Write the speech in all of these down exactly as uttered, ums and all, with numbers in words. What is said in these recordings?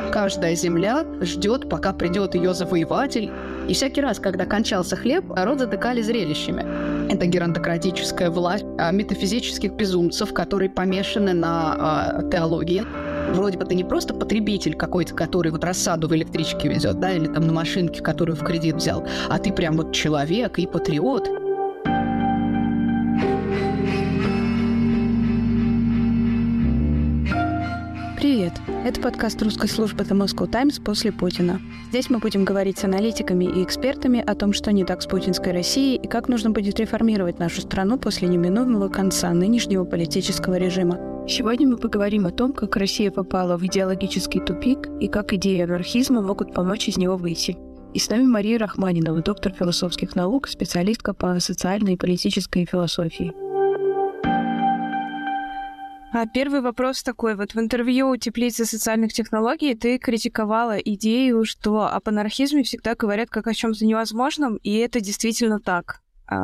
Каждая земля ждет, пока придет ее завоеватель. И всякий раз, когда кончался хлеб, народ затыкали зрелищами. Это геронтократическая власть метафизических безумцев, которые помешаны на э, теологии. Вроде бы ты не просто потребитель какой-то, который вот рассаду в электричке везет, да, или там на машинке, которую в кредит взял, а ты прям вот человек и патриот. Привет! Это подкаст русской службы The Moscow Times «После Путина». Здесь мы будем говорить с аналитиками и экспертами о том, что не так с путинской Россией и как нужно будет реформировать нашу страну после неминуемого конца нынешнего политического режима. Сегодня мы поговорим о том, как Россия попала в идеологический тупик и как идеи анархизма могут помочь из него выйти. И с нами Мария Рахманинова, доктор философских наук, специалистка по социальной и политической философии. А первый вопрос такой. Вот в интервью «Теплицы социальных технологий» ты критиковала идею, что об анархизме всегда говорят как о чем-то невозможном, и это действительно так.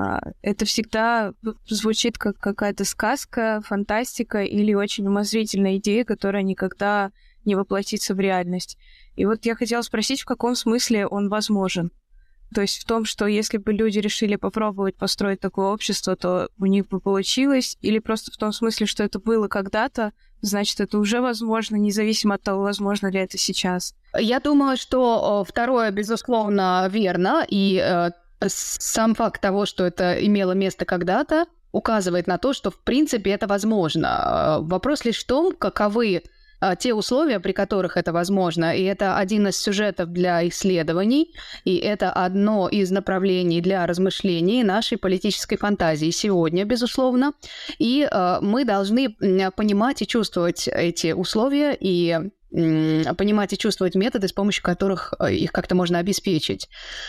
Это всегда звучит как какая-то сказка, фантастика или очень умозрительная идея, которая никогда не воплотится в реальность. И вот я хотела спросить, в каком смысле он возможен? То есть в том, что если бы люди решили попробовать построить такое общество, то у них бы получилось, или просто в том смысле, что это было когда-то, значит, это уже возможно, независимо от того, возможно ли это сейчас? Я думаю, что второе, безусловно, верно, и э, сам факт того, что это имело место когда-то, указывает на то, что, в принципе, это возможно. Вопрос лишь в том, каковы те условия, при которых это возможно, и это один из сюжетов для исследований, и это одно из направлений для размышлений нашей политической фантазии сегодня, безусловно. И э, мы должны понимать и чувствовать эти условия, и понимать и чувствовать методы, с помощью которых их как-то можно обеспечить.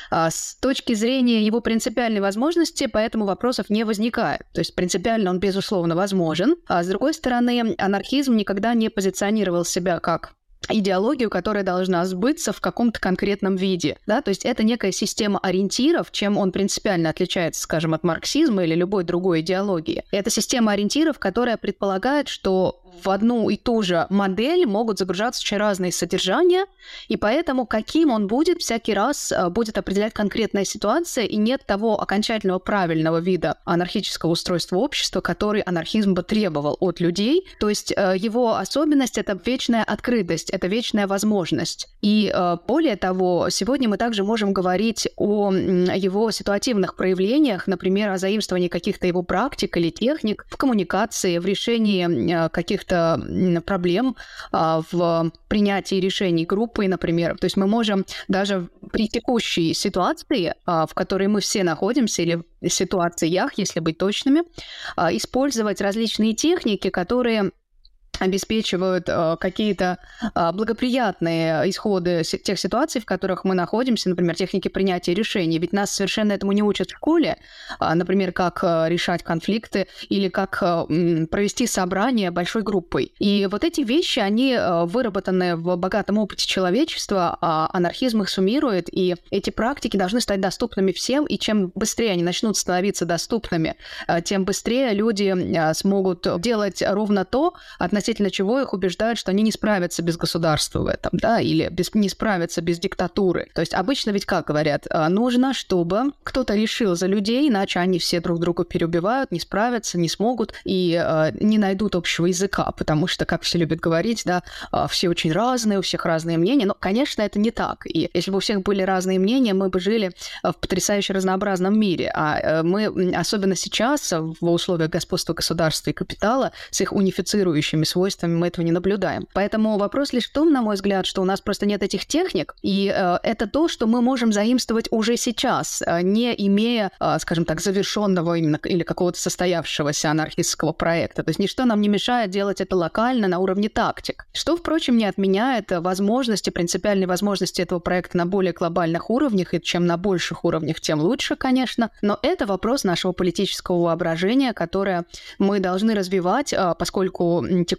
С точки зрения его принципиальной возможности, поэтому вопросов не возникает. То есть принципиально он, безусловно, возможен. А с другой стороны, анархизм никогда не позиционировал себя как идеологию, которая должна сбыться в каком-то конкретном виде. Да? То есть это некая система ориентиров, чем он принципиально отличается, скажем, от марксизма или любой другой идеологии. Это система ориентиров, которая предполагает, что в одну и ту же модель могут загружаться очень разные содержания, и поэтому каким он будет, всякий раз будет определять конкретная ситуация, и нет того окончательного правильного вида анархического устройства общества, который анархизм бы требовал от людей. То есть его особенность — это вечная открытость, это вечная возможность. И более того, сегодня мы также можем говорить о его ситуативных проявлениях, например, о заимствовании каких-то его практик или техник в коммуникации, в решении каких-то проблем в принятии решений группой, например. То есть мы можем даже при текущей ситуации, в которой мы все находимся, или в ситуациях, если быть точными, использовать различные техники, которые обеспечивают э, какие-то э, благоприятные исходы с- тех ситуаций, в которых мы находимся, например, техники принятия решений. Ведь нас совершенно этому не учат в школе, э, например, как э, решать конфликты или как э, провести собрание большой группой. И вот эти вещи, они э, выработаны в богатом опыте человечества, а анархизм их суммирует, и эти практики должны стать доступными всем, и чем быстрее они начнут становиться доступными, э, тем быстрее люди э, смогут делать ровно то, относительно относительно чего их убеждают, что они не справятся без государства в этом, да, или без, не справятся без диктатуры. То есть обычно ведь как говорят, нужно, чтобы кто-то решил за людей, иначе они все друг друга переубивают, не справятся, не смогут и э, не найдут общего языка, потому что, как все любят говорить, да, э, все очень разные, у всех разные мнения, но, конечно, это не так. И если бы у всех были разные мнения, мы бы жили в потрясающе разнообразном мире, а э, мы, особенно сейчас, в условиях господства государства и капитала, с их унифицирующими свойствами мы этого не наблюдаем. Поэтому вопрос лишь в том, на мой взгляд, что у нас просто нет этих техник, и э, это то, что мы можем заимствовать уже сейчас, э, не имея, э, скажем так, завершенного именно или какого-то состоявшегося анархистского проекта. То есть ничто нам не мешает делать это локально на уровне тактик. Что, впрочем, не отменяет возможности, принципиальной возможности этого проекта на более глобальных уровнях, и чем на больших уровнях, тем лучше, конечно. Но это вопрос нашего политического воображения, которое мы должны развивать, э, поскольку текущая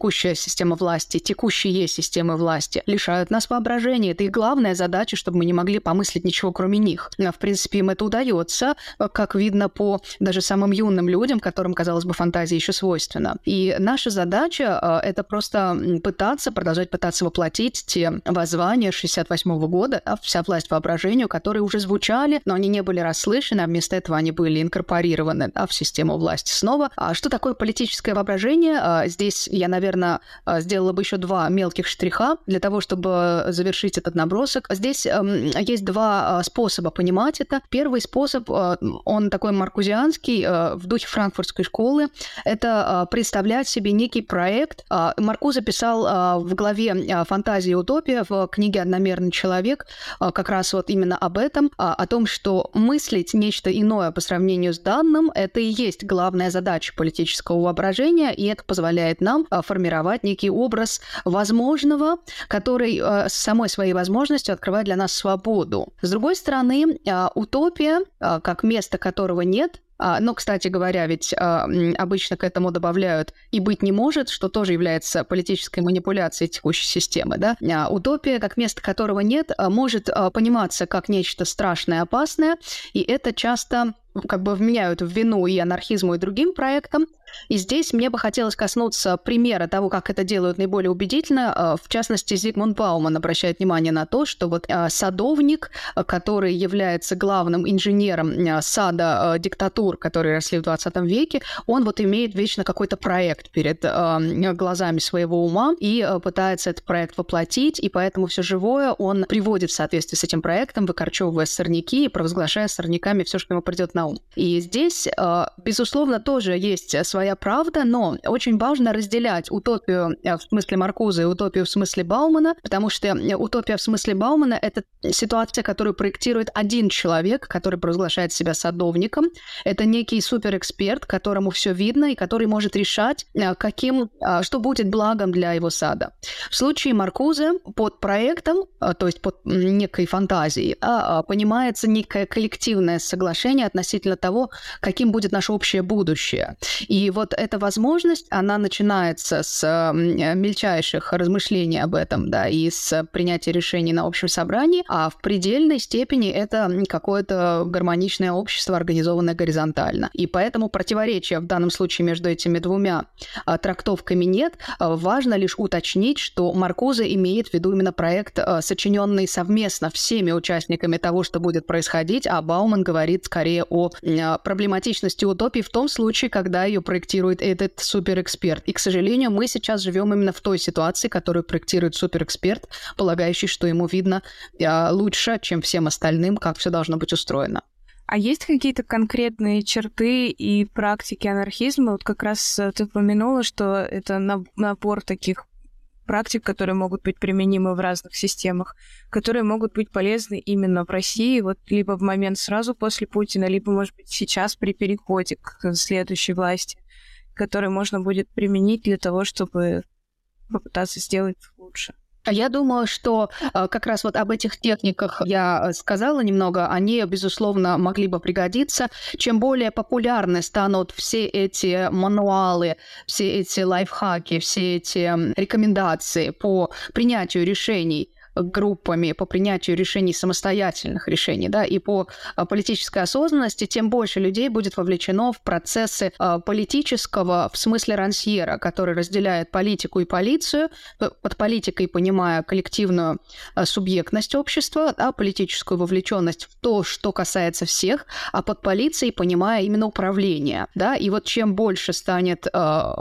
текущая система власти, текущие системы власти лишают нас воображения. Это их главная задача, чтобы мы не могли помыслить ничего, кроме них. В принципе, им это удается, как видно по даже самым юным людям, которым, казалось бы, фантазия еще свойственна. И наша задача — это просто пытаться, продолжать пытаться воплотить те воззвания шестьдесят восьмого года, а вся власть воображению, которые уже звучали, но они не были расслышаны, а вместо этого они были инкорпорированы да, в систему власти снова. А что такое политическое воображение? Здесь я, наверное, сделала бы еще два мелких штриха для того, чтобы завершить этот набросок. Здесь есть два способа понимать это. Первый способ, он такой маркузианский, в духе франкфуртской школы, это представлять себе некий проект. Маркузе писал в главе «Фантазия и утопия» в книге «Одномерный человек» как раз вот именно об этом, о том, что мыслить нечто иное по сравнению с данным — это и есть главная задача политического воображения, и это позволяет нам формировать некий образ возможного, который с самой своей возможностью открывает для нас свободу. С другой стороны, утопия, как место которого нет, но, кстати говоря, ведь обычно к этому добавляют «и быть не может», что тоже является политической манипуляцией текущей системы. Да? Утопия, как место которого нет, может пониматься как нечто страшное, опасное, и это часто как бы вменяют в вину и анархизму, и другим проектам. И здесь мне бы хотелось коснуться примера того, как это делают наиболее убедительно. В частности, Зигмунд Бауман обращает внимание на то, что вот садовник, который является главным инженером сада диктатур, которые росли в двадцатом веке, он вот имеет вечно какой-то проект перед глазами своего ума и пытается этот проект воплотить, и поэтому все живое он приводит в соответствие с этим проектом, выкорчевывая сорняки и провозглашая сорняками все, что ему придет на ум. И здесь, безусловно, тоже есть своя правда, но очень важно разделять утопию в смысле Маркузе и утопию в смысле Баумана, потому что утопия в смысле Баумана — это ситуация, которую проектирует один человек, который провозглашает себя садовником. Это некий суперэксперт, которому все видно и который может решать, каким, что будет благом для его сада. В случае Маркузе под проектом, то есть под некой фантазией, понимается некое коллективное соглашение относительно того, каким будет наше общее будущее. И вот эта возможность, она начинается с мельчайших размышлений об этом, да, и с принятия решений на общем собрании, а в предельной степени это какое-то гармоничное общество, организованное горизонтально. И поэтому противоречия в данном случае между этими двумя трактовками нет. Важно лишь уточнить, что Маркузе имеет в виду именно проект, сочиненный совместно всеми участниками того, что будет происходить, а Бауман говорит скорее о проблематичности утопии в том случае, когда ее проектирует этот суперэксперт. И, к сожалению, мы сейчас живем именно в той ситуации, которую проектирует суперэксперт, полагающий, что ему видно лучше, чем всем остальным, как все должно быть устроено. А есть какие-то конкретные черты и практики анархизма? Вот как раз ты упомянула, что это набор таких практик, которые могут быть применимы в разных системах, которые могут быть полезны именно в России, вот либо в момент сразу после Путина, либо, может быть, сейчас при переходе к следующей власти, которые можно будет применить для того, чтобы попытаться сделать лучше. Я думаю, что как раз вот об этих техниках я сказала немного, они, безусловно, могли бы пригодиться. Чем более популярны станут все эти мануалы, все эти лайфхаки, все эти рекомендации по принятию решений группами, по принятию решений, самостоятельных решений, да, и по политической осознанности, тем больше людей будет вовлечено в процессы политического, в смысле рансьера, который разделяет политику и полицию, под политикой понимая коллективную субъектность общества, а политическую вовлеченность в то, что касается всех, а под полицией понимая именно управление, да, и вот чем больше станет э,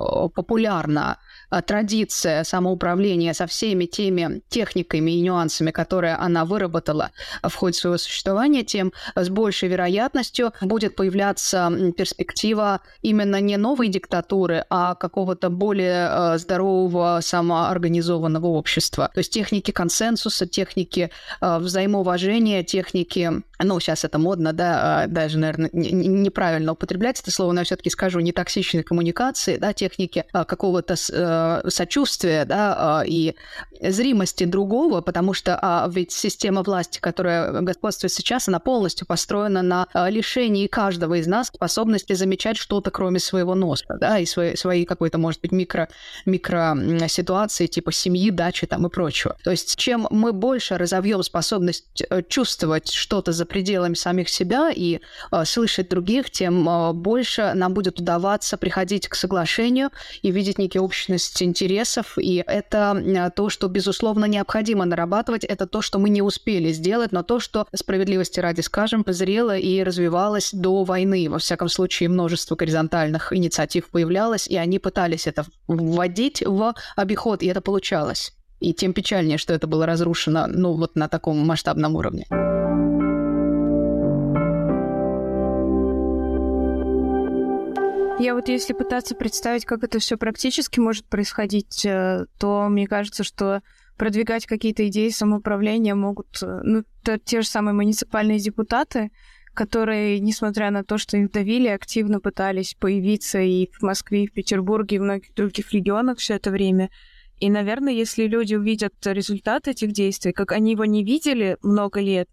популярна традиция самоуправления со всеми теми техниками и нюансами, которые она выработала в ходе своего существования, тем с большей вероятностью будет появляться перспектива именно не новой диктатуры, а какого-то более здорового самоорганизованного общества. То есть техники консенсуса, техники взаимоуважения, техники ну, сейчас это модно, да, даже, наверное, неправильно употреблять это слово, но я все-таки скажу, нетоксичной коммуникации, да, техники какого-то сочувствия, да, и зримости другого, потому что а, ведь система власти, которая господствует сейчас, она полностью построена на лишении каждого из нас способности замечать что-то, кроме своего носа, да, и свои, свои какой-то, может быть, микро, микро ситуации, типа семьи, дачи там и прочего. То есть чем мы больше разовьем способность чувствовать что-то за пределами самих себя и э, слышать других, тем э, больше нам будет удаваться приходить к соглашению и видеть некие общности интересов. И это э, то, что, безусловно, необходимо нарабатывать, это то, что мы не успели сделать, но то, что, справедливости ради скажем, зрело и развивалось до войны. Во всяком случае, множество горизонтальных инициатив появлялось, и они пытались это вводить в обиход, и это получалось. И тем печальнее, что это было разрушено, ну, вот на таком масштабном уровне. Я вот если пытаться представить, как это все практически может происходить, то мне кажется, что продвигать какие-то идеи самоуправления могут, ну, те же самые муниципальные депутаты, которые, несмотря на то, что их давили, активно пытались появиться и в Москве, и в Петербурге, и в многих других регионах все это время. И, наверное, если люди увидят результат этих действий, как они его не видели много лет,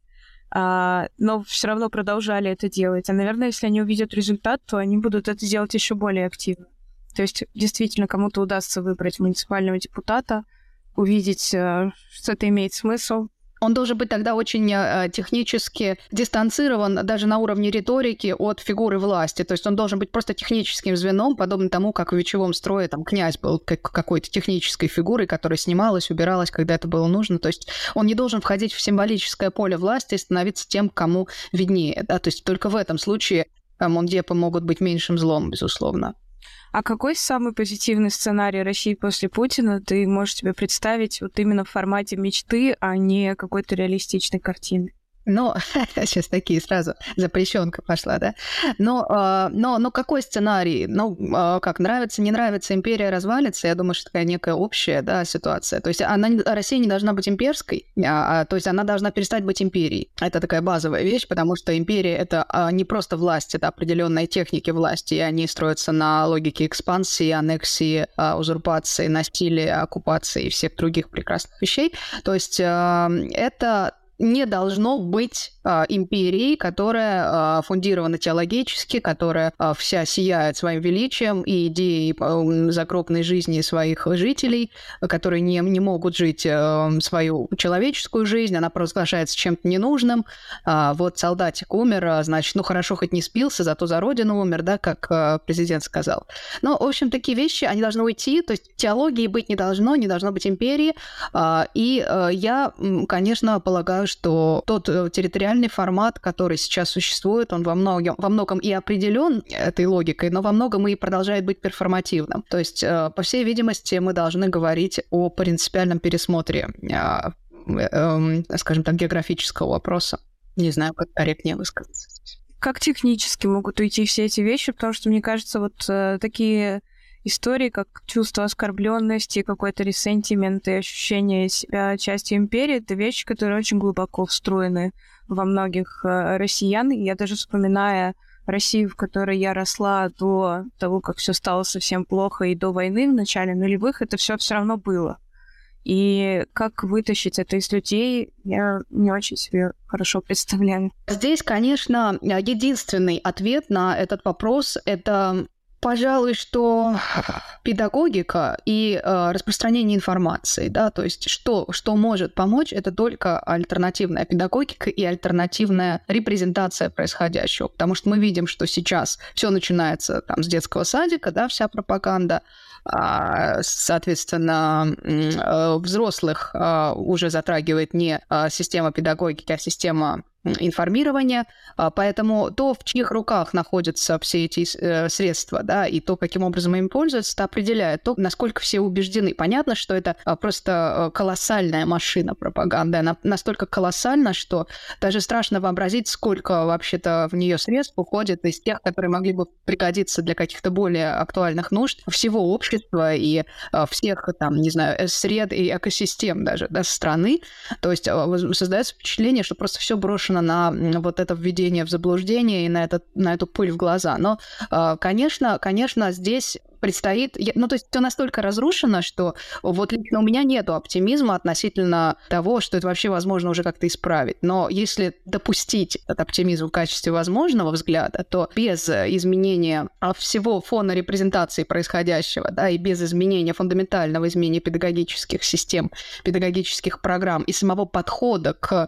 а, но все равно продолжали это делать. А, наверное, если они увидят результат, то они будут это делать еще более активно. То есть, действительно, кому-то удастся выбрать муниципального депутата, увидеть, что это имеет смысл. Он должен быть тогда очень э, технически дистанцирован даже на уровне риторики от фигуры власти. То есть он должен быть просто техническим звеном, подобно тому, как в вечевом строе там князь был как, какой-то технической фигурой, которая снималась, убиралась, когда это было нужно. То есть он не должен входить в символическое поле власти и становиться тем, кому виднее. Да? То есть только в этом случае э, мундепы могут быть меньшим злом, безусловно. А какой самый позитивный сценарий России после Путина ты можешь себе представить вот именно в формате мечты, а не какой-то реалистичной картины? Ну, сейчас такие сразу запрещенка пошла, да? Но, но, но какой сценарий? Ну, как, нравится, не нравится, империя развалится, я думаю, что такая некая общая, да, ситуация. То есть она, Россия не должна быть имперской, а, а, то есть она должна перестать быть империей. Это такая базовая вещь, потому что империя — это а, не просто власть, это определенные техники власти, и они строятся на логике экспансии, аннексии, а, узурпации, насилия, оккупации и всех других прекрасных вещей. То есть а, это не должно быть э, империей, которая э, фундирована теологически, которая э, вся сияет своим величием и идеей э, загробной жизни своих жителей, которые не, не могут жить э, свою человеческую жизнь, она провозглашается чем-то ненужным. А, вот солдатик умер, значит, ну хорошо, хоть не спился, зато за родину умер, да, как э, президент сказал. Но, в общем, такие вещи, они должны уйти, то есть теологии быть не должно, не должно быть империи. Э, и э, я, конечно, полагаю, что тот территориальный формат, который сейчас существует, он во многом, во многом и определен этой логикой, но во многом и продолжает быть перформативным. То есть, по всей видимости, мы должны говорить о принципиальном пересмотре, скажем так, географического вопроса. Не знаю, как корректнее высказаться. Как технически могут уйти все эти вещи? Потому что, мне кажется, вот такие истории, как чувство оскорбленности, какой-то ресентимент и ощущение себя частью империи, это вещи, которые очень глубоко встроены во многих э, россиян. И я даже вспоминая Россию, в которой я росла до того, как все стало совсем плохо, и до войны в начале нулевых, это все все равно было. И как вытащить это из людей, я не очень себе хорошо представляю. Здесь, конечно, единственный ответ на этот вопрос — это, пожалуй, что педагогика и э, распространение информации, да, то есть что, что может помочь, это только альтернативная педагогика и альтернативная репрезентация происходящего, потому что мы видим, что сейчас все начинается там с детского садика, да, вся пропаганда, а, соответственно, э, взрослых э, уже затрагивает не э, система педагогики, а система информирования, поэтому то, в чьих руках находятся все эти э, средства, да, и то, каким образом им пользуются, это определяет то, насколько все убеждены. Понятно, что это просто колоссальная машина пропаганды, она настолько колоссальна, что даже страшно вообразить, сколько вообще-то в нее средств уходит из тех, которые могли бы пригодиться для каких-то более актуальных нужд всего общества и э, всех, там, не знаю, сред и экосистем даже, да, страны. То есть э, создается впечатление, что просто все брошено нарочно на вот это введение в заблуждение и на, это, на эту пыль в глаза. Но, конечно, конечно, здесь предстоит... Ну, то есть все настолько разрушено, что вот лично у меня нету оптимизма относительно того, что это вообще возможно уже как-то исправить. Но если допустить этот оптимизм в качестве возможного взгляда, то без изменения всего фона репрезентации происходящего, да, и без изменения, фундаментального изменения педагогических систем, педагогических программ и самого подхода к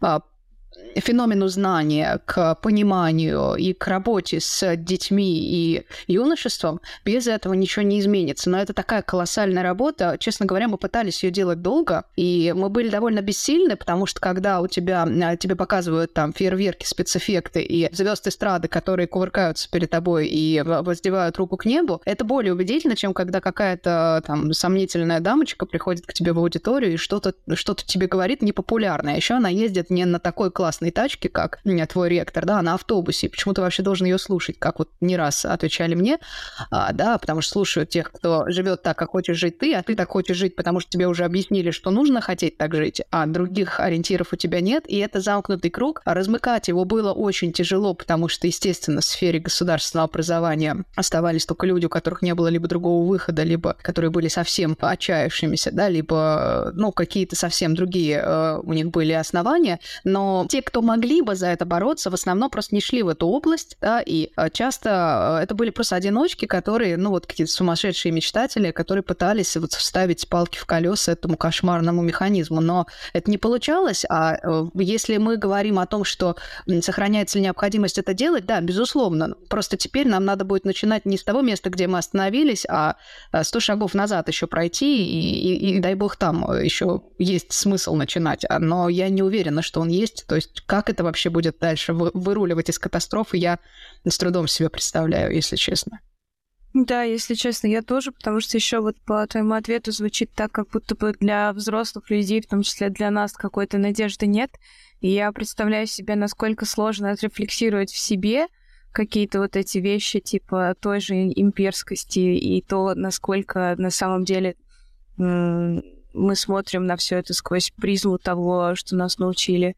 феномену знания, к пониманию и к работе с детьми и юношеством, без этого ничего не изменится. Но это такая колоссальная работа. Честно говоря, мы пытались ее делать долго, и мы были довольно бессильны, потому что когда у тебя, тебе показывают там фейерверки, спецэффекты и звезд эстрады, которые кувыркаются перед тобой и воздевают руку к небу, это более убедительно, чем когда какая-то там сомнительная дамочка приходит к тебе в аудиторию и что-то, что-то тебе говорит непопулярное. Еще она ездит не на такой классной тачке, как твой ректор, да, а на автобусе. Почему ты вообще должен ее слушать? Как вот не раз отвечали мне, а, да, потому что слушают тех, кто живет так, как хочешь жить ты, а ты так хочешь жить, потому что тебе уже объяснили, что нужно хотеть так жить, а других ориентиров у тебя нет, и это замкнутый круг. А размыкать его было очень тяжело, потому что, естественно, в сфере государственного образования оставались только люди, у которых не было либо другого выхода, либо которые были совсем отчаявшимися, да, либо, ну, какие-то совсем другие э, у них были основания, но те, кто могли бы за это бороться, в основном просто не шли в эту область, да, и часто это были просто одиночки, которые, ну, вот какие-то сумасшедшие мечтатели, которые пытались вот вставить палки в колеса этому кошмарному механизму, но это не получалось, а если мы говорим о том, что сохраняется ли необходимость это делать, да, безусловно, просто теперь нам надо будет начинать не с того места, где мы остановились, а сто шагов назад еще пройти, и, и, и дай бог там еще есть смысл начинать, но я не уверена, что он есть, то есть как это вообще будет дальше выруливать из катастрофы, я с трудом себе представляю, если честно. Да, если честно, я тоже, потому что еще вот по твоему ответу звучит так, как будто бы для взрослых людей, в том числе для нас, какой-то надежды нет. И я представляю себе, насколько сложно отрефлексировать в себе какие-то вот эти вещи, типа той же имперскости, и то, насколько на самом деле м- мы смотрим на все это сквозь призму того, что нас научили.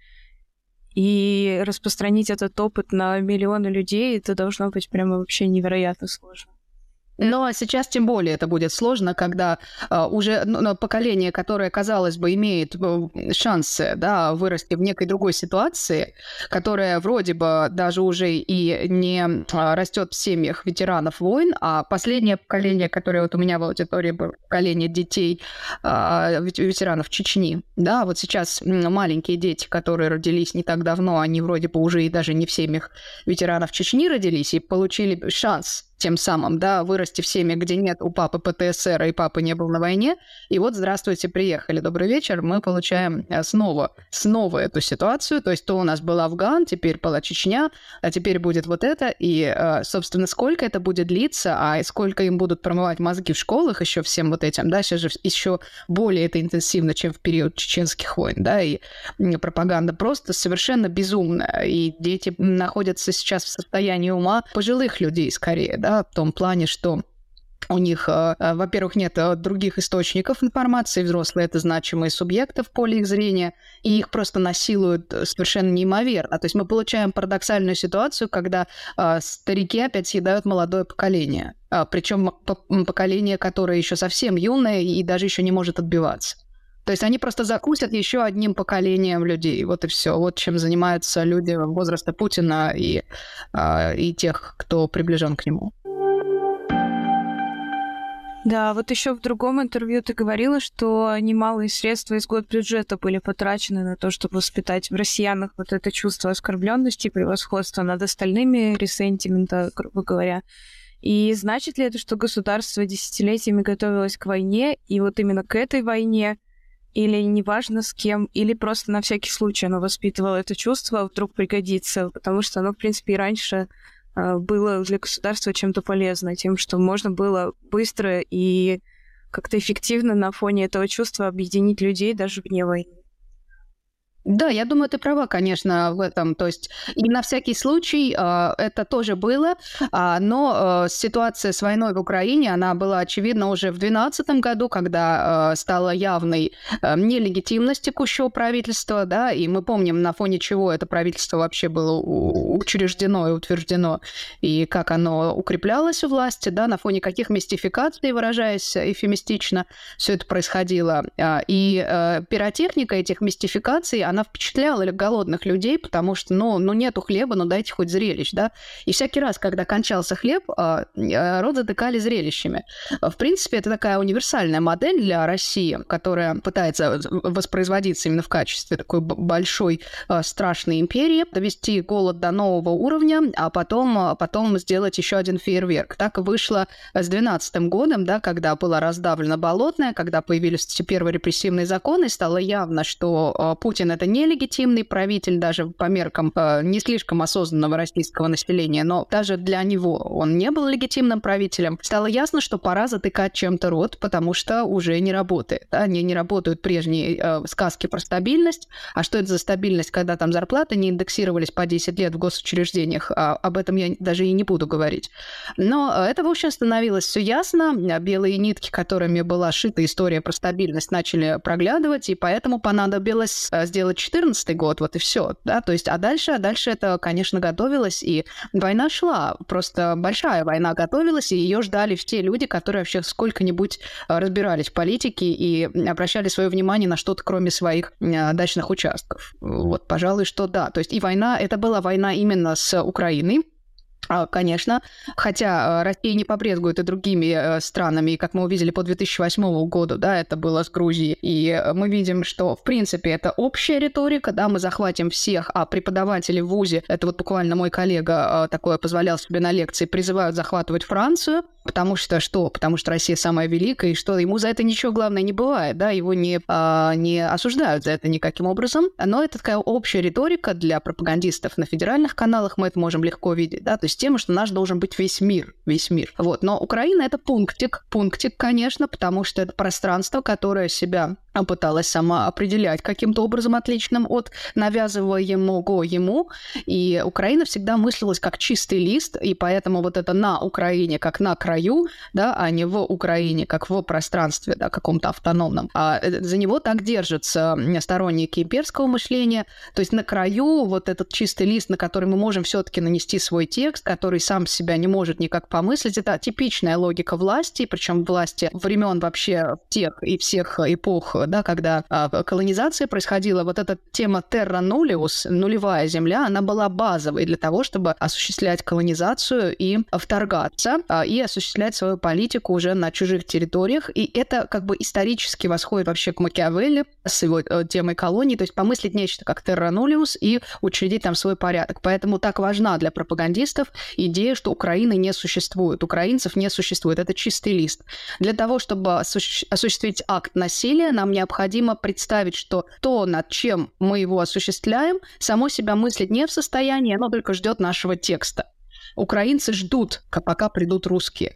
И распространить этот опыт на миллионы людей, это должно быть прямо вообще невероятно сложно. Но сейчас тем более это будет сложно, когда uh, уже ну, поколение, которое, казалось бы, имеет шансы, да, вырасти в некой другой ситуации, которое вроде бы даже уже и не uh, растет в семьях ветеранов войн, а последнее поколение, которое вот у меня в аудитории было, поколение детей uh, ветеранов Чечни, да, вот сейчас маленькие дети, которые родились не так давно, они вроде бы уже и даже не в семьях ветеранов Чечни родились и получили шанс тем самым, да, вырасти в семье, где нет у папы ПТСР, и папа не был на войне, и вот, здравствуйте, приехали, добрый вечер, мы получаем снова, снова эту ситуацию, то есть то у нас был Афган, теперь была Чечня, а теперь будет вот это, и, собственно, сколько это будет длиться, а сколько им будут промывать мозги в школах еще всем вот этим, да, сейчас же еще более это интенсивно, чем в период чеченских войн, да, и пропаганда просто совершенно безумная, и дети находятся сейчас в состоянии ума пожилых людей скорее, да, в том плане, что у них, во-первых, нет других источников информации, взрослые — это значимые субъекты в поле их зрения, и их просто насилуют совершенно неимоверно. То есть мы получаем парадоксальную ситуацию, когда старики опять съедают молодое поколение, причем поколение, которое еще совсем юное и даже еще не может отбиваться. То есть они просто закусят еще одним поколением людей. Вот и все. Вот чем занимаются люди возраста Путина и, и тех, кто приближен к нему. Да, вот еще в другом интервью ты говорила, что немалые средства из госбюджета были потрачены на то, чтобы воспитать в россиянах вот это чувство оскорбленности, превосходства над остальными, ресентимента, грубо говоря. И значит ли это, что государство десятилетиями готовилось к войне, и вот именно к этой войне, или неважно с кем, или просто на всякий случай оно воспитывало это чувство, вдруг пригодится, потому что оно, в принципе, и раньше э, было для государства чем-то полезно, тем, что можно было быстро и как-то эффективно на фоне этого чувства объединить людей даже вне войны. Да, я думаю, ты права, конечно, в этом. То есть и на всякий случай э, это тоже было, а, но э, ситуация с войной в Украине, она была очевидна уже в две тысячи двенадцатом году, когда э, стала явной э, нелегитимность текущего правительства, да, и мы помним, на фоне чего это правительство вообще было у- учреждено и утверждено, и как оно укреплялось у власти, да, на фоне каких мистификаций, выражаясь эвфемистично, все это происходило. А, И э, пиротехника этих мистификаций, она впечатляла голодных людей, потому что, ну, ну нету хлеба, ну дайте хоть зрелищ, да. И всякий раз, когда кончался хлеб, э, э, рот затыкали зрелищами. В принципе, это такая универсальная модель для России, которая пытается воспроизводиться именно в качестве такой б- большой э, страшной империи, довести голод до нового уровня, а потом, а потом сделать еще один фейерверк. Так и вышло с двенадцатым годом, да, когда была раздавлена Болотная, когда появились эти первые репрессивные законы, и стало явно, что э, Путин — это нелегитимный правитель даже по меркам э, не слишком осознанного российского населения, но даже для него он не был легитимным правителем. Стало ясно, что пора затыкать чем-то рот, потому что уже не работает. Да? Не, не работают прежние э, сказки про стабильность. А что это за стабильность, когда там зарплаты не индексировались по десять лет в госучреждениях? А, об этом я даже и не буду говорить. Но э, это, в общем, становилось все ясно. Белые нитки, которыми была шита история про стабильность, начали проглядывать, и поэтому понадобилось э, сделать четырнадцатый год, вот и все. Да? То есть, а дальше, а дальше это, конечно, готовилось, и война шла. Просто большая война готовилась, и ее ждали все люди, которые вообще сколько-нибудь разбирались в политике и обращали свое внимание на что-то, кроме своих дачных участков. Вот, пожалуй, что да. То есть и война, это была война именно с Украиной, конечно, хотя Россия не побрезгует и другими странами, и как мы увидели по две тысячи восьмому году, да, это было с Грузией, и мы видим, что, в принципе, это общая риторика, да, мы захватим всех, а преподаватели в ВУЗе, это вот буквально мой коллега такое позволял себе на лекции, призывают захватывать Францию, потому что что? Потому что Россия самая великая, и что ему за это ничего, главное, не бывает, да, его не, а, не осуждают за это никаким образом, но это такая общая риторика для пропагандистов на федеральных каналах, мы это можем легко видеть, да, то есть тема, что наш должен быть весь мир, весь мир. Вот. Но Украина — это пунктик, пунктик, конечно, потому что это пространство, которое себя пыталась сама определять каким-то образом отличным от навязываемого ему. И Украина всегда мыслилась как чистый лист, и поэтому вот это на Украине как на краю, да, а не в Украине как в пространстве, да, каком-то автономном. А за него так держатся сторонники имперского мышления. То есть на краю вот этот чистый лист, на который мы можем все-таки нанести свой текст, который сам себя не может никак помыслить, это типичная логика власти, причем власти времен вообще тех и всех эпох, да, когда а, колонизация происходила, вот эта тема terra nullius, нулевая земля, она была базовой для того, чтобы осуществлять колонизацию и вторгаться, а, и осуществлять свою политику уже на чужих территориях. И это как бы исторически восходит вообще к Макиавелли с его э, темой колонии, то есть помыслить нечто как terra nullius и учредить там свой порядок. Поэтому так важна для пропагандистов идея, что Украины не существует, украинцев не существует. Это чистый лист. Для того, чтобы осуществ- осуществить акт насилия, нам необходимо представить, что то, над чем мы его осуществляем, само себя мыслить не в состоянии, оно только ждет нашего текста. Украинцы ждут, пока придут русские.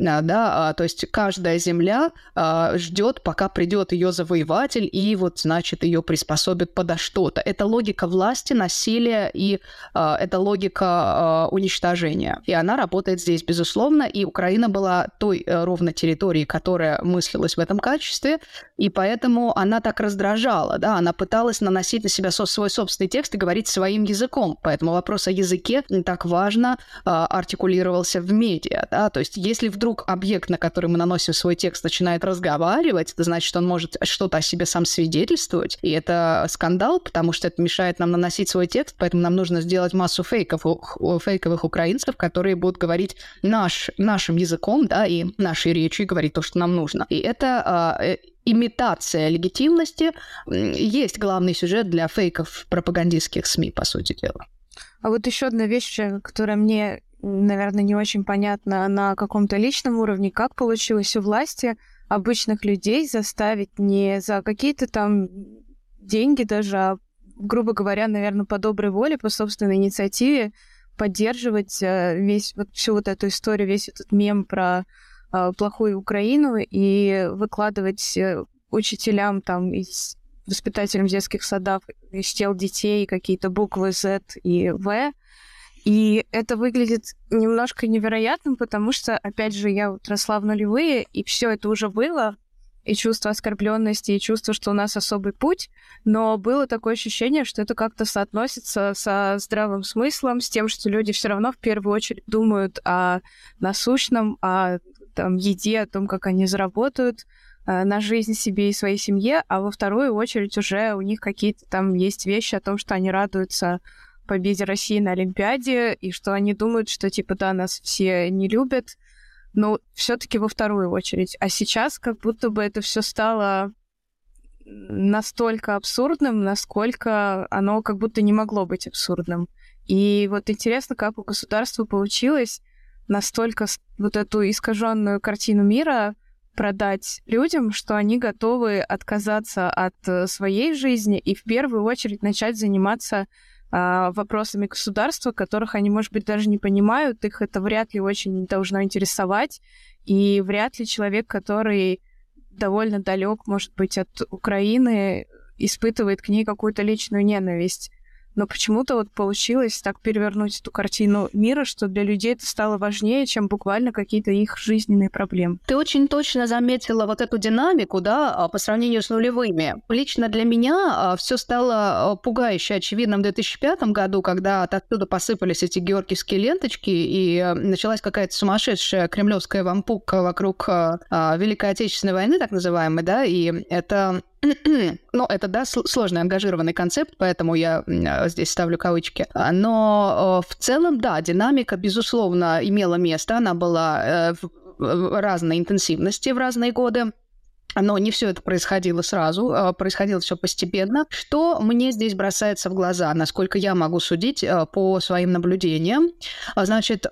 Да, то есть каждая земля ждет, пока придет ее завоеватель, и вот, значит, ее приспособят подо что-то. Это логика власти, насилия, и это логика уничтожения. И она работает здесь, безусловно, и Украина была той ровно территорией, которая мыслилась в этом качестве, и поэтому она так раздражала, да, она пыталась наносить на себя свой собственный текст и говорить своим языком. Поэтому вопрос о языке так важно артикулировался в медиа, да, то есть если вдруг объект, на который мы наносим свой текст, начинает разговаривать, это значит, он может что-то о себе сам свидетельствовать, и это скандал, потому что это мешает нам наносить свой текст, поэтому нам нужно сделать массу фейков, фейковых украинцев, которые будут говорить наш, нашим языком, да, и нашей речью, и говорить то, что нам нужно. И это э, имитация легитимности есть главный сюжет для фейков пропагандистских СМИ, по сути дела. А вот еще одна вещь, которая мне, наверное, не очень понятна на каком-то личном уровне, как получилось у власти обычных людей заставить не за какие-то там деньги даже, а, грубо говоря, наверное, по доброй воле, по собственной инициативе поддерживать весь, вот всю вот эту историю, весь этот мем про а, плохую Украину и выкладывать учителям там из воспитателем в детских садах из тел детей какие-то буквы Z и V. И это выглядит немножко невероятным, потому что, опять же, я вот росла в нулевые, и все это уже было, и чувство оскорбленности, и чувство, что у нас особый путь, но было такое ощущение, что это как-то соотносится со здравым смыслом, с тем, что люди все равно в первую очередь думают о насущном, о там, еде, о том, как они заработают э, на жизнь себе и своей семье, а во вторую очередь уже у них какие-то там есть вещи о том, что они радуются победе России на Олимпиаде, и что они думают, что типа да, нас все не любят, но все-таки во вторую очередь. А сейчас как будто бы это все стало настолько абсурдным, насколько оно как будто не могло быть абсурдным. И вот интересно, как у государства получилось настолько вот эту искаженную картину мира продать людям, что они готовы отказаться от своей жизни и в первую очередь начать заниматься а, вопросами государства, которых они, может быть, даже не понимают, их это вряд ли очень должно интересовать, и вряд ли человек, который довольно далек, может быть, от Украины, испытывает к ней какую-то личную ненависть. Но почему-то вот получилось так перевернуть эту картину мира, что для людей это стало важнее, чем буквально какие-то их жизненные проблемы. Ты очень точно заметила вот эту динамику, да, по сравнению с нулевыми. Лично для меня все стало пугающе очевидным в две тысячи пятом году, когда оттуда посыпались эти георгиевские ленточки, и началась какая-то сумасшедшая кремлевская вампука вокруг Великой Отечественной войны, так называемой, да, и это... Ну, это, да, сложный ангажированный концепт, поэтому я здесь ставлю кавычки. Но в целом, да, динамика, безусловно, имела место. Она была в разной интенсивности в разные годы. Но не все это происходило сразу, происходило все постепенно. Что мне здесь бросается в глаза, насколько я могу судить по своим наблюдениям? Значит,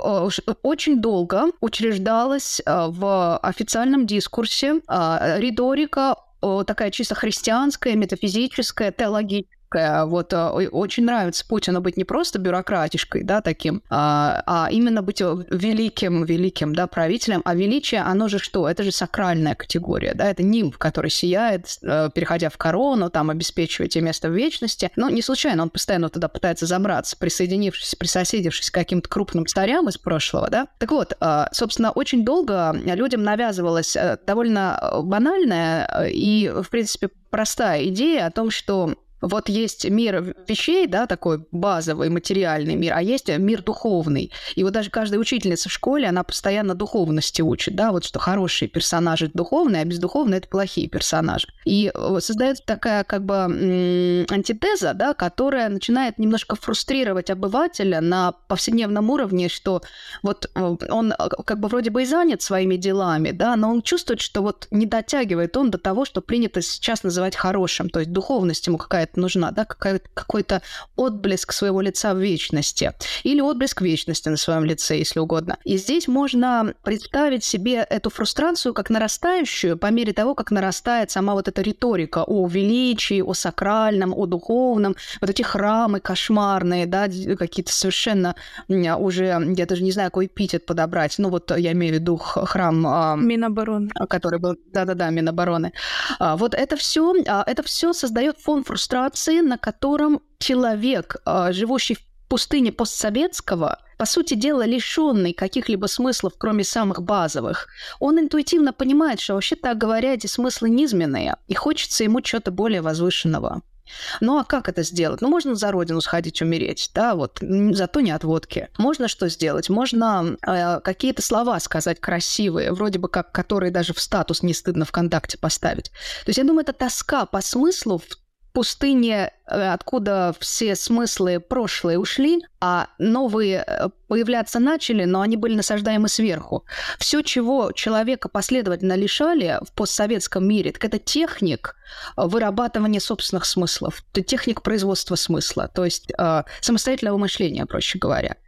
очень долго учреждалась в официальном дискурсе риторика такая чисто христианская, метафизическая, теологическая. Вот очень нравится Путину быть не просто бюрократишкой, да, таким, а, а именно быть великим, великим, да, правителем. А величие, оно же что? Это же сакральная категория, да, это нимб, который сияет, переходя в корону, там, обеспечивая тебе место в вечности. Но не случайно он постоянно туда пытается забраться, присоединившись, присоседившись к каким-то крупным царям из прошлого, да. Так вот, собственно, очень долго людям навязывалась довольно банальная и, в принципе, простая идея о том, что вот есть мир вещей, да, такой базовый, материальный мир, а есть мир духовный. И вот даже каждая учительница в школе, она постоянно духовности учит, да, вот что хорошие персонажи духовные, а бездуховные — это плохие персонажи. И создается такая как бы антитеза, да, которая начинает немножко фрустрировать обывателя на повседневном уровне, что вот он как бы вроде бы и занят своими делами, да, но он чувствует, что вот не дотягивает он до того, что принято сейчас называть хорошим, то есть духовность ему какая-то нужна, да, какой-то отблеск своего лица в вечности или отблеск вечности на своем лице, если угодно. И здесь можно представить себе эту фрустрацию как нарастающую по мере того, как нарастает сама вот эта риторика о величии, о сакральном, о духовном, вот эти храмы кошмарные, да, какие-то совершенно уже, я даже не знаю, какой эпитет подобрать, ну вот я имею в виду храм... Минобороны. Который был, да-да-да, Минобороны. Вот это все, это все создает фон фрустрации, на котором человек, живущий в пустыне постсоветского, по сути дела, лишенный каких-либо смыслов, кроме самых базовых, он интуитивно понимает, что вообще, так говоря, эти смыслы низменные, и хочется ему чего-то более возвышенного. Ну а как это сделать? Ну, можно за родину сходить умереть, да, вот, зато не от водки. Можно что сделать? Можно э, какие-то слова сказать красивые, вроде бы как, которые даже в статус не стыдно ВКонтакте поставить. То есть я думаю, это тоска по смыслу в пустыне, откуда все смыслы прошлые ушли, а новые появляться начали, но они были насаждаемы сверху. Все, чего человека последовательно лишали в постсоветском мире, так это техник вырабатывания собственных смыслов, это техник производства смысла, то есть э, самостоятельного мышления, проще говоря.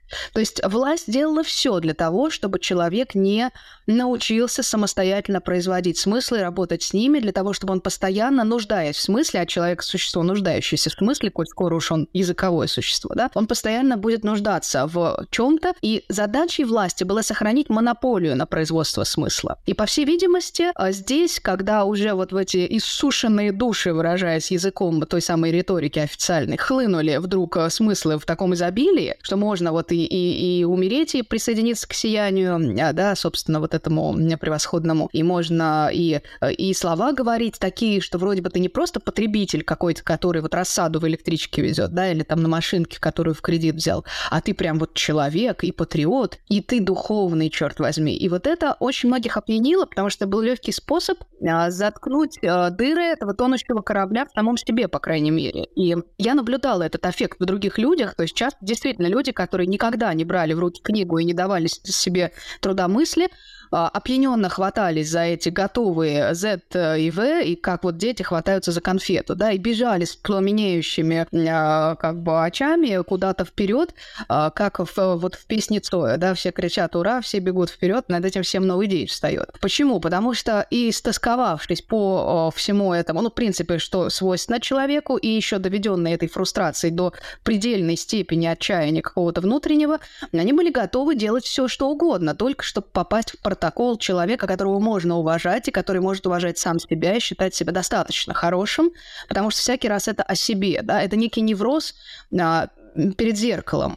То есть власть делала все для того, чтобы человек не научился самостоятельно производить смыслы и работать с ними, для того, чтобы он постоянно, нуждаясь в смысле, а человек – существо, нуждающееся в смысле, коль скоро уж он языковое существо, да, он постоянно будет нуждаться в чем-то, и задачей власти было сохранить монополию на производство смысла. И, по всей видимости, здесь, когда уже вот в эти иссушенные души, выражаясь языком той самой риторики официальной, хлынули вдруг смыслы в таком изобилии, что можно вот и, и, и умереть, и присоединиться к сиянию, да, собственно, вот этому превосходному, и можно и, и слова говорить такие, что вроде бы ты не просто потребитель какой-то, который вот рассаду в электричке везет, да, или там на машинке, которую в кредит взял, а ты прям вот человек и патриот, и ты духовный, черт возьми. И вот это очень многих опьянило, потому что был легкий способ а, заткнуть а, дыры этого тонущего корабля в самом себе, по крайней мере. И я наблюдала этот эффект в других людях, то есть часто действительно люди, которые никогда не брали в руки книгу и не давали себе труда мысли, опьяненно хватались за эти готовые Z и V, и как вот дети хватаются за конфету, да, и бежали с пламенеющими как бы очами куда-то вперед, как в, вот в песне Цоя, да, все кричат «Ура!», все бегут вперед, над этим всем новый день встает. Почему? Потому что и истосковавшись по всему этому, ну, в принципе, что свойственно человеку, и еще доведенные этой фрустрацией до предельной степени отчаяния какого-то внутреннего, они были готовы делать все, что угодно, только чтобы попасть в протокол человека, которого можно уважать, и который может уважать сам себя и считать себя достаточно хорошим, потому что всякий раз это о себе, да, это некий невроз а, перед зеркалом,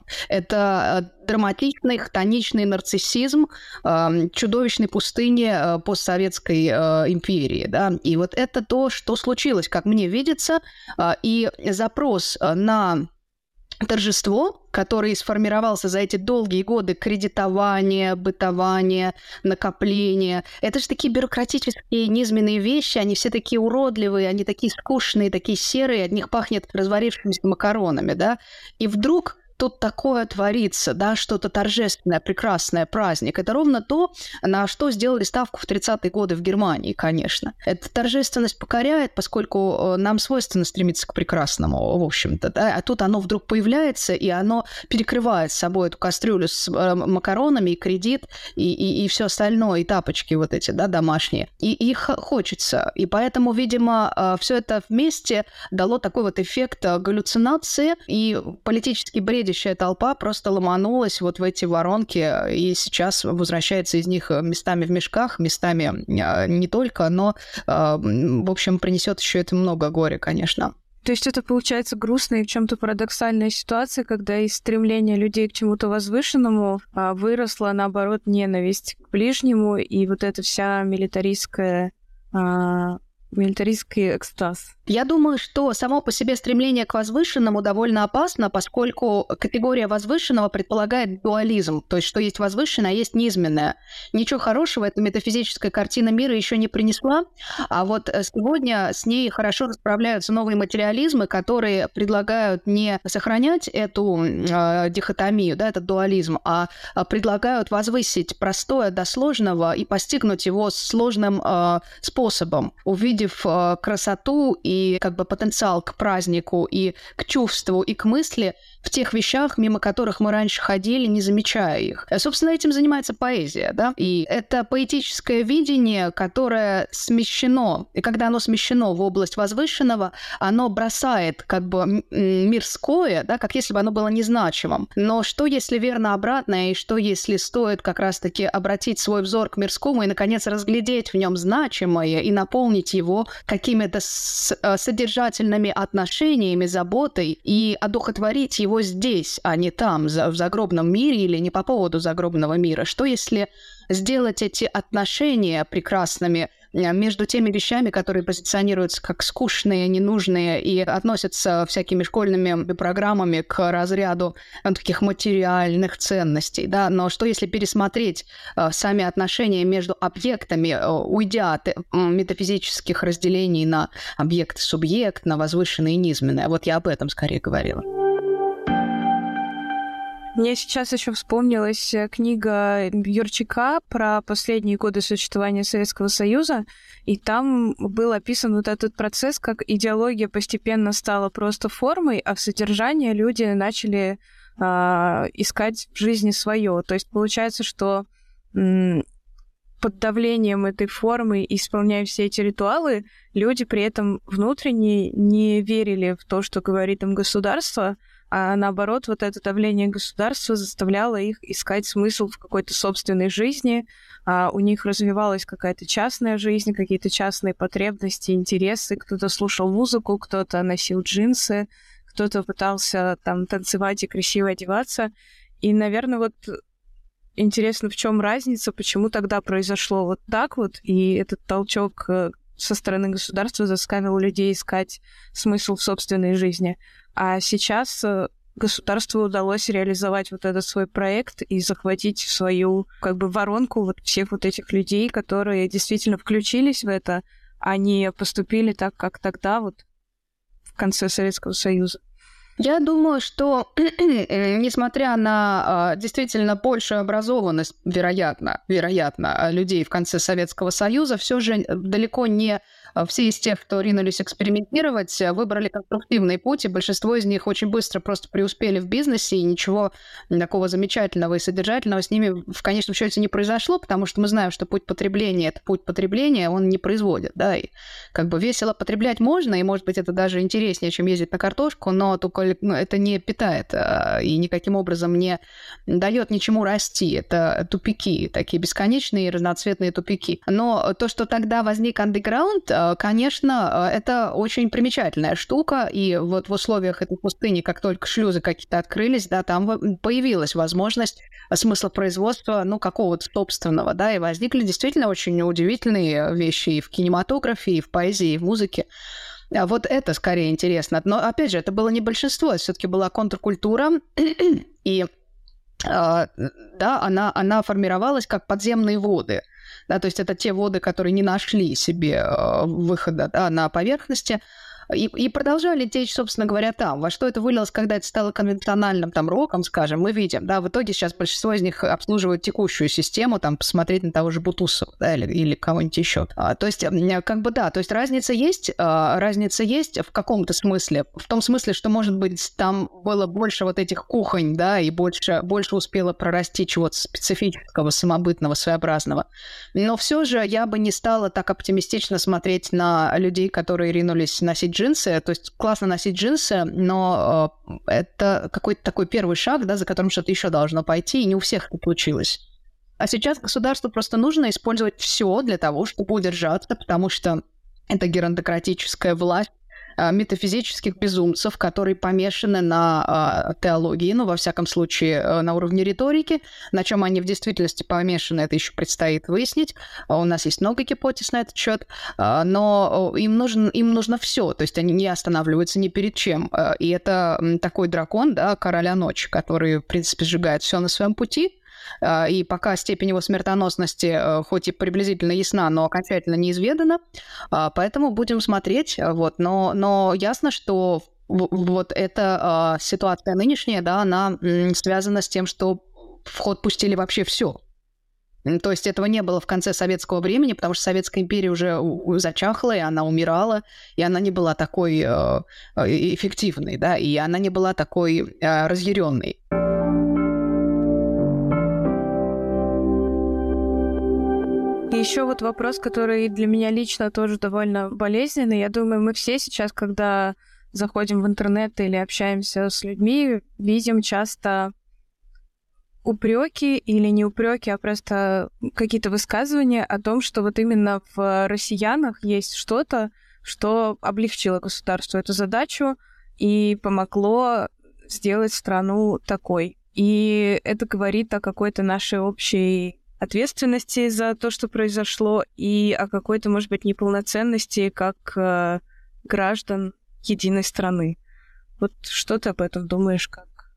это драматичный, хтоничный нарциссизм э, чудовищной пустыни э, постсоветской э, империи, да, и вот это то, что случилось, как мне видится, э, и запрос на торжество, который сформировался за эти долгие годы кредитования, бытования, накопления. Это же такие бюрократические низменные вещи, они все такие уродливые, они такие скучные, такие серые, от них пахнет разварившимися макаронами, да. И вдруг тут такое творится, да, что-то торжественное, прекрасное, праздник. Это ровно то, на что сделали ставку в тридцатые годы в Германии, конечно. Эта торжественность покоряет, поскольку нам свойственно стремиться к прекрасному, в общем-то, да, а тут оно вдруг появляется, и оно перекрывает собой эту кастрюлю с макаронами, и кредит, и, и, и все остальное, и тапочки вот эти, да, домашние. И их хочется. И поэтому, видимо, все это вместе дало такой вот эффект галлюцинации, и политический бред толпа просто ломанулась вот в эти воронки и сейчас возвращается из них местами в мешках, местами не только, но, в общем, принесет еще это много горя, конечно. То есть это получается грустная и в чем-то парадоксальная ситуация, когда из стремления людей к чему-то возвышенному выросла, наоборот, ненависть к ближнему, и вот эта вся милитаристская милитаристский экстаз. Я думаю, что само по себе стремление к возвышенному довольно опасно, поскольку категория возвышенного предполагает дуализм, то есть что есть возвышенное, а есть низменное. Ничего хорошего эта метафизическая картина мира еще не принесла, а вот сегодня с ней хорошо расправляются новые материализмы, которые предлагают не сохранять эту э, дихотомию, да, этот дуализм, а предлагают возвысить простое до сложного и постигнуть его сложным э, способом, увидев э, красоту и и как бы потенциал к празднику, и к чувству, и к мысли в тех вещах, мимо которых мы раньше ходили, не замечая их. Собственно, этим занимается поэзия, да? И это поэтическое видение, которое смещено, и когда оно смещено в область возвышенного, оно бросает как бы мирское, да, как если бы оно было незначимым. Но что, если верно обратное, и что, если стоит как раз-таки обратить свой взор к мирскому и, наконец, разглядеть в нем значимое и наполнить его какими-то содержательными отношениями, заботой и одухотворить его здесь, а не там, в загробном мире или не по поводу загробного мира? Что если сделать эти отношения прекрасными между теми вещами, которые позиционируются как скучные, ненужные и относятся всякими школьными программами к разряду таких материальных ценностей, да? Но что если пересмотреть сами отношения между объектами, уйдя от метафизических разделений на объект-субъект, на возвышенное и низменное? Вот я об этом скорее говорила. Мне сейчас еще вспомнилась книга Юрчака про последние годы существования Советского Союза, и там был описан вот этот процесс, как идеология постепенно стала просто формой, а в содержании люди начали э, искать в жизни свое. То есть получается, что м- под давлением этой формы, исполняя все эти ритуалы, люди при этом внутренне не верили в то, что говорит им государство, а наоборот, вот это давление государства заставляло их искать смысл в какой-то собственной жизни, а у них развивалась какая-то частная жизнь, какие-то частные потребности, интересы. Кто-то слушал музыку, кто-то носил джинсы, кто-то пытался там танцевать и красиво одеваться. И, наверное, вот интересно, в чем разница, почему тогда произошло вот так вот, и этот толчок со стороны государства заставил людей искать смысл в собственной жизни. А сейчас государству удалось реализовать вот этот свой проект и захватить в свою как бы воронку вот всех вот этих людей, которые действительно включились в это, а не поступили так, как тогда вот в конце Советского Союза. Я думаю, что несмотря на действительно большую образованность, вероятно, вероятно, людей в конце Советского Союза, все же далеко не все из тех, кто ринулись экспериментировать, выбрали конструктивный путь, и большинство из них очень быстро просто преуспели в бизнесе, и ничего такого замечательного и содержательного с ними в конечном счете не произошло, потому что мы знаем, что путь потребления – это путь потребления, он не производит, да, и как бы весело потреблять можно, и, может быть, это даже интереснее, чем ездить на картошку, но только ну, это не питает и никаким образом не дает ничему расти. Это тупики, такие бесконечные разноцветные тупики. Но то, что тогда возник андеграунд, конечно, это очень примечательная штука, и вот в условиях этой пустыни, как только шлюзы какие-то открылись, да, там появилась возможность смысла производства, ну, какого-то собственного, да, и возникли действительно очень удивительные вещи и в кинематографе, и в поэзии, и в музыке. Вот это скорее интересно. Но, опять же, это было не большинство, это все-таки была контркультура, и да, она, она формировалась как подземные воды. Да, то есть это те воды, которые не нашли себе выхода, да, на поверхности, и, и продолжали течь, собственно говоря, там. Во что это вылилось, когда это стало конвенциональным там, роком, скажем, мы видим. Да, в итоге сейчас большинство из них обслуживают текущую систему, там, посмотреть на того же Бутусова, да, или, или кого-нибудь еще. А, то есть, как бы, да, то есть разница есть, а, разница есть в каком-то смысле, в том смысле, что, может быть, там было больше вот этих кухонь, да, и больше, больше успело прорасти чего-то специфического, самобытного, своеобразного. Но все же я бы не стала так оптимистично смотреть на людей, которые ринулись носить джинсы. То есть классно носить джинсы, но э, это какой-то такой первый шаг, да, за которым что-то еще должно пойти, и не у всех это получилось. А сейчас государству просто нужно использовать все для того, чтобы удержаться, потому что это герондократическая власть метафизических безумцев, которые помешаны на э, теологии, ну, во всяком случае, э, на уровне риторики. На чем они в действительности помешаны, это еще предстоит выяснить. Uh, у нас есть много гипотез на этот счет, uh, но им, нужен, им нужно все, то есть они не останавливаются ни перед чем. Uh, и это такой дракон, да, короля ночи, который, в принципе, сжигает все на своем пути. И пока степень его смертоносности хоть и приблизительно ясна, но окончательно неизведана, поэтому будем смотреть. Вот. Но, но ясно, что вот эта ситуация нынешняя, да, она связана с тем, что в ход пустили вообще все. То есть этого не было в конце советского времени, потому что Советская империя уже зачахла, и она умирала, и она не была такой эффективной, да, и она не была такой разъяренной. И еще вот вопрос, который для меня лично тоже довольно болезненный. Я думаю, мы все сейчас, когда заходим в интернет или общаемся с людьми, видим часто упреки или не упреки, а просто какие-то высказывания о том, что вот именно в россиянах есть что-то, что облегчило государству эту задачу и помогло сделать страну такой. И это говорит о какой-то нашей общей ответственности за то, что произошло, и о какой-то, может быть, неполноценности как э, граждан единой страны. Вот что ты об этом думаешь, как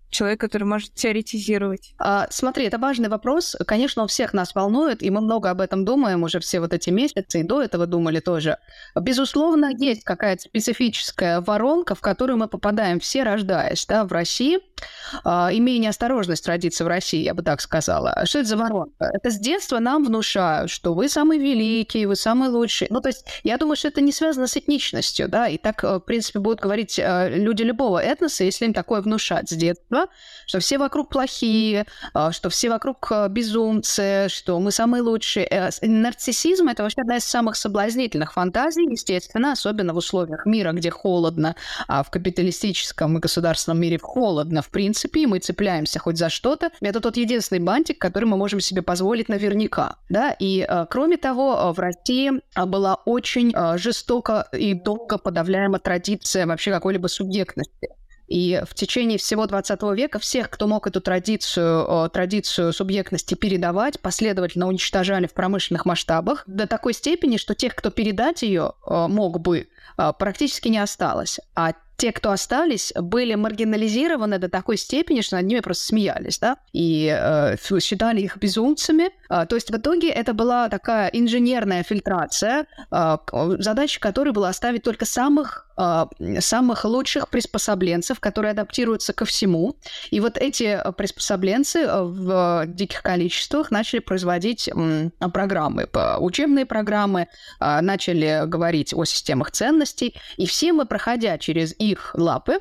человек, который может теоретизировать? А, смотри, это важный вопрос. Конечно, у всех нас волнует, и мы много об этом думаем уже все вот эти месяцы, и до этого думали тоже. Безусловно, есть какая-то специфическая воронка, в которую мы попадаем все, рождаясь, да, в России, а, имея неосторожность родиться в России, я бы так сказала. Что это за воронка? Это с детства нам внушают, что вы самый великий, вы самый лучший. Ну, то есть, я думаю, что это не связано с этничностью, да, и так, в принципе, будут говорить люди любого этноса, если им такое внушать с детства, что все вокруг плохие, что все вокруг безумцы, что мы самые лучшие. Нарциссизм — это вообще одна из самых соблазнительных фантазий, естественно, особенно в условиях мира, где холодно, а в капиталистическом и государственном мире холодно, в принципе, и мы цепляемся хоть за что-то. Это тот единственный бантик, который мы можем себе позволить наверняка. Да? И, кроме того, в России была очень жестоко и долго подавляема традиция вообще какой-либо субъектности. И в течение всего двадцатого века всех, кто мог эту традицию, традицию субъектности передавать, последовательно уничтожали в промышленных масштабах до такой степени, что тех, кто передать ее мог бы, практически не осталось. А те, кто остались, были маргинализированы до такой степени, что над ними просто смеялись, да, и э, считали их безумцами. А, то есть в итоге это была такая инженерная фильтрация, а, задача которой была оставить только самых, а, самых лучших приспособленцев, которые адаптируются ко всему. И вот эти приспособленцы в диких количествах начали производить м, программы, учебные программы, а, начали говорить о системах ценностей, и все мы, проходя через их лапы,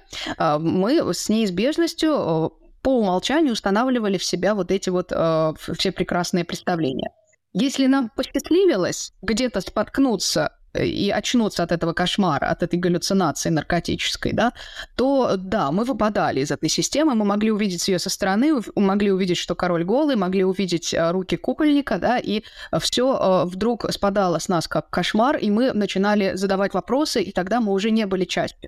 мы с неизбежностью по умолчанию устанавливали в себя вот эти вот все прекрасные представления. Если нам посчастливилось где-то споткнуться и очнуться от этого кошмара, от этой галлюцинации наркотической, да, то да, мы выпадали из этой системы, мы могли увидеть ее со стороны, могли увидеть, что король голый, могли увидеть руки кукольника, да, и все вдруг спадало с нас как кошмар, и мы начинали задавать вопросы, и тогда мы уже не были частью.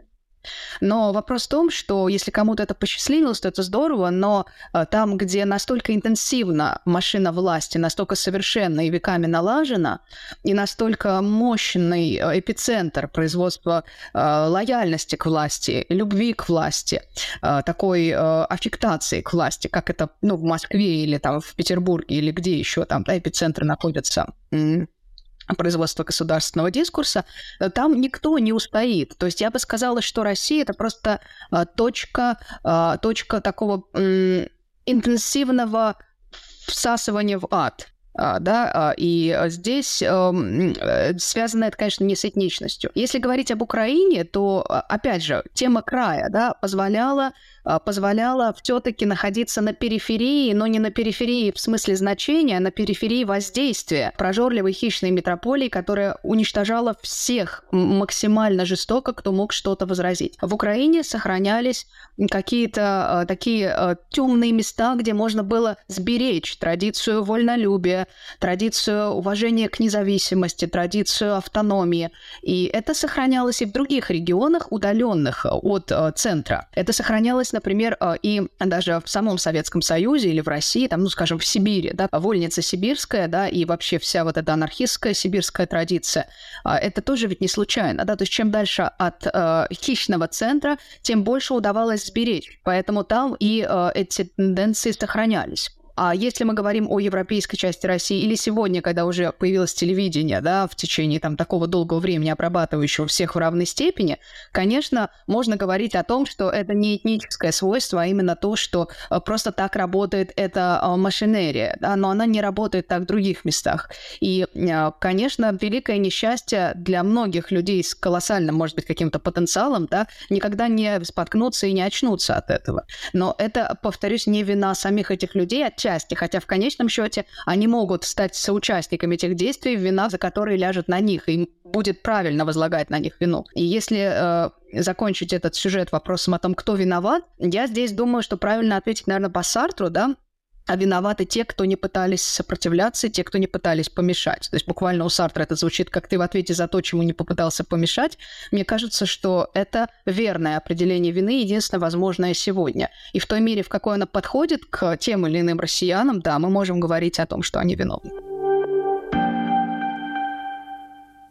Но вопрос в том, что если кому-то это посчастливилось, то это здорово, но э, там, где настолько интенсивна машина власти, настолько совершенна и веками налажена, и настолько мощный эпицентр производства э, лояльности к власти, любви к власти, э, такой э, аффектации к власти, как это ну, в Москве или там, в Петербурге или где еще там да, эпицентры находятся, производства государственного дискурса, там никто не устоит. То есть я бы сказала, что Россия — это просто а, точка, а, точка такого м, интенсивного всасывания в ад. А, да, а, и здесь а, связано это, конечно, не с этничностью. Если говорить об Украине, то, опять же, тема края да, позволяла позволяла все-таки находиться на периферии, но не на периферии в смысле значения, а на периферии воздействия прожорливой хищной метрополии, которая уничтожала всех максимально жестоко, кто мог что-то возразить. В Украине сохранялись какие-то такие темные места, где можно было сберечь традицию вольнолюбия, традицию уважения к независимости, традицию автономии. И это сохранялось и в других регионах, удаленных от центра. Это сохранялось, например, и даже в самом Советском Союзе или в России, там, ну, скажем, в Сибири, да, вольница сибирская, да, и вообще вся вот эта анархистская сибирская традиция, это тоже ведь не случайно, да, то есть чем дальше от э, хищного центра, тем больше удавалось сберечь, поэтому там и э, эти тенденции сохранялись. А если мы говорим о европейской части России или сегодня, когда уже появилось телевидение, да, в течение там, такого долгого времени обрабатывающего всех в равной степени, конечно, можно говорить о том, что это не этническое свойство, а именно то, что просто так работает эта машинерия, да, но она не работает так в других местах. И, конечно, великое несчастье для многих людей с колоссальным, может быть, каким-то потенциалом, да, никогда не споткнуться и не очнуться от этого. Но это, повторюсь, не вина самих этих людей, отчасти, хотя в конечном счете они могут стать соучастниками тех действий, вина за которые ляжет на них, и будет правильно возлагать на них вину. И если э, закончить этот сюжет вопросом о том, кто виноват, я здесь думаю, что правильно ответить, наверное, по Сартру, да, а виноваты те, кто не пытались сопротивляться, те, кто не пытались помешать. То есть буквально у Сартра это звучит, как ты в ответе за то, чему не попытался помешать. Мне кажется, что это верное определение вины, единственное возможное сегодня. И в той мере, в какой оно подходит к тем или иным россиянам, да, мы можем говорить о том, что они виновны.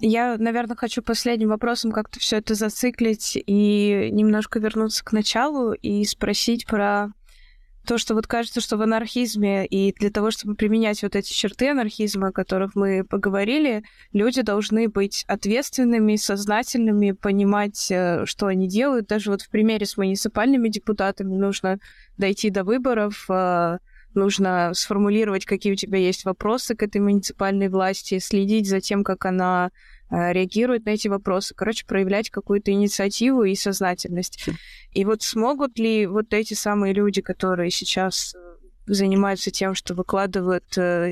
Я, наверное, хочу последним вопросом как-то все это зациклить и немножко вернуться к началу и спросить про то, что вот кажется, что в анархизме и для того, чтобы применять вот эти черты анархизма, о которых мы поговорили, люди должны быть ответственными, сознательными, понимать, что они делают. Даже вот в примере с муниципальными депутатами нужно дойти до выборов, нужно сформулировать, какие у тебя есть вопросы к этой муниципальной власти, следить за тем, как она реагирует на эти вопросы. Короче, проявлять какую-то инициативу и сознательность. И вот смогут ли вот эти самые люди, которые сейчас занимаются тем, что выкладывают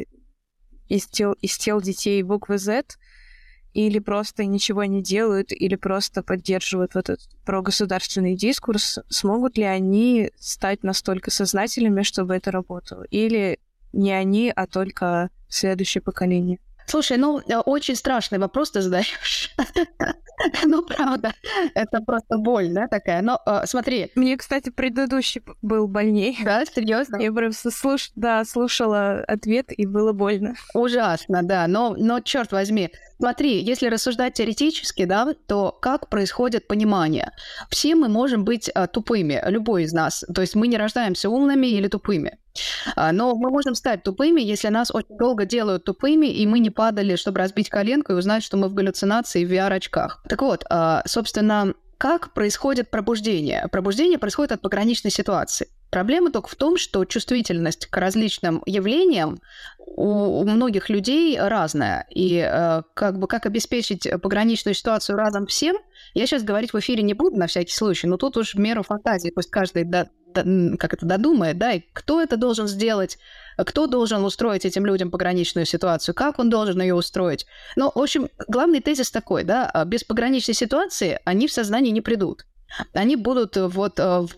из тел, из тел детей буквы Z, или просто ничего не делают, или просто поддерживают вот этот прогосударственный дискурс, смогут ли они стать настолько сознательными, чтобы это работало? Или не они, а только следующее поколение? Слушай, ну, очень страшный вопрос ты задаешь. Ну, правда, это просто боль, да, такая. Но э, смотри. Мне, кстати, предыдущий был больней. Да, серьезно? Я просто слуш... да, слушала ответ, и было больно. Ужасно, да. Но, но черт возьми, смотри, если рассуждать теоретически, да, то как происходит понимание? Все мы можем быть а, тупыми, любой из нас. То есть мы не рождаемся умными или тупыми. А, но мы можем стать тупыми, если нас очень долго делают тупыми, и мы не падали, чтобы разбить коленку и узнать, что мы в галлюцинации в ви ар-очках. Так вот, а, собственно, как происходит пробуждение? Пробуждение происходит от пограничной ситуации. Проблема только в том, что чувствительность к различным явлениям у, у многих людей разная. И э, как бы как обеспечить пограничную ситуацию разом всем, я сейчас говорить в эфире не буду на всякий случай, но тут уж в меру фантазии, пусть каждый до, до, как это додумает, да, и кто это должен сделать, кто должен устроить этим людям пограничную ситуацию, как он должен ее устроить. Ну, в общем, главный тезис такой, да, без пограничной ситуации они в сознание не придут. Они будут вот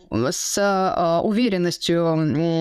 с уверенностью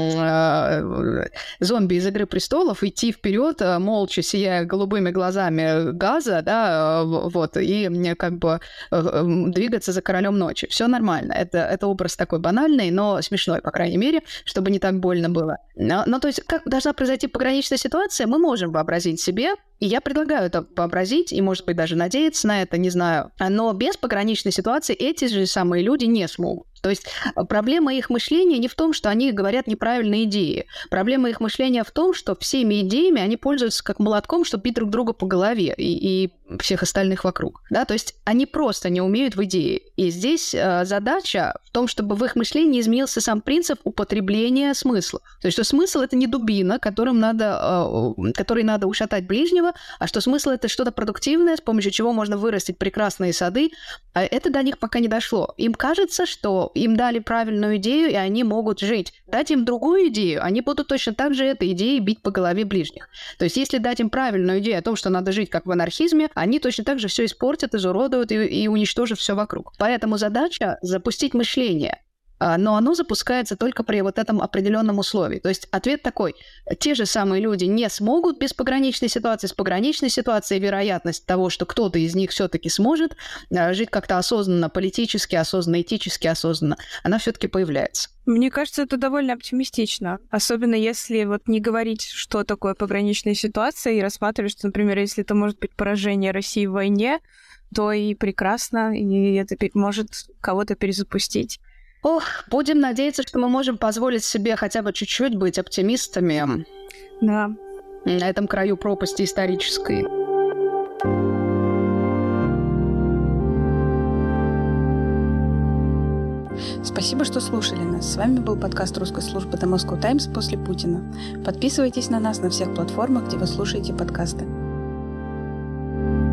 зомби из «Игры престолов» идти вперед, молча сияя голубыми глазами газа, да, вот, и как бы двигаться за королем ночи. Все нормально. Это, это образ такой банальный, но смешной, по крайней мере, чтобы не так больно было. Но, но то есть как должна произойти пограничная ситуация, мы можем вообразить себе, и я предлагаю это вообразить, и, может быть, даже надеяться на это, не знаю. Но без пограничной ситуации эти же самые люди не смогут. То есть проблема их мышления не в том, что они говорят неправильные идеи. Проблема их мышления в том, что всеми идеями они пользуются как молотком, чтобы бить друг друга по голове и, и всех остальных вокруг. Да? То есть они просто не умеют в идеи. И здесь э, задача в том, чтобы в их мышлении изменился сам принцип употребления смысла. То есть что смысл — это не дубина, которым надо, э, которой надо ушатать ближнего, а что смысл — это что-то продуктивное, с помощью чего можно вырастить прекрасные сады. А это до них пока не дошло. Им кажется, что им дали правильную идею, и они могут жить. Дать им другую идею, они будут точно так же этой идеей бить по голове ближних. То есть если дать им правильную идею о том, что надо жить как в анархизме, они точно так же все испортят, изуродуют и, и уничтожат все вокруг. Поэтому задача — запустить мышление. Но оно запускается только при вот этом определенном условии. То есть ответ такой: те же самые люди не смогут без пограничной ситуации. С пограничной ситуацией вероятность того, что кто-то из них все-таки сможет жить как-то осознанно, политически осознанно, этически осознанно, она все-таки появляется. Мне кажется, это довольно оптимистично. Особенно если вот не говорить, что такое пограничная ситуация, и рассматривать, что, например, если это может быть поражение России в войне, то и прекрасно, и это может кого-то перезапустить. Ох, будем надеяться, что мы можем позволить себе хотя бы чуть-чуть быть оптимистами. Да. На этом краю пропасти исторической. Спасибо, что слушали нас. С вами был подкаст русской службы The Moscow Times после Путина. Подписывайтесь на нас на всех платформах, где вы слушаете подкасты.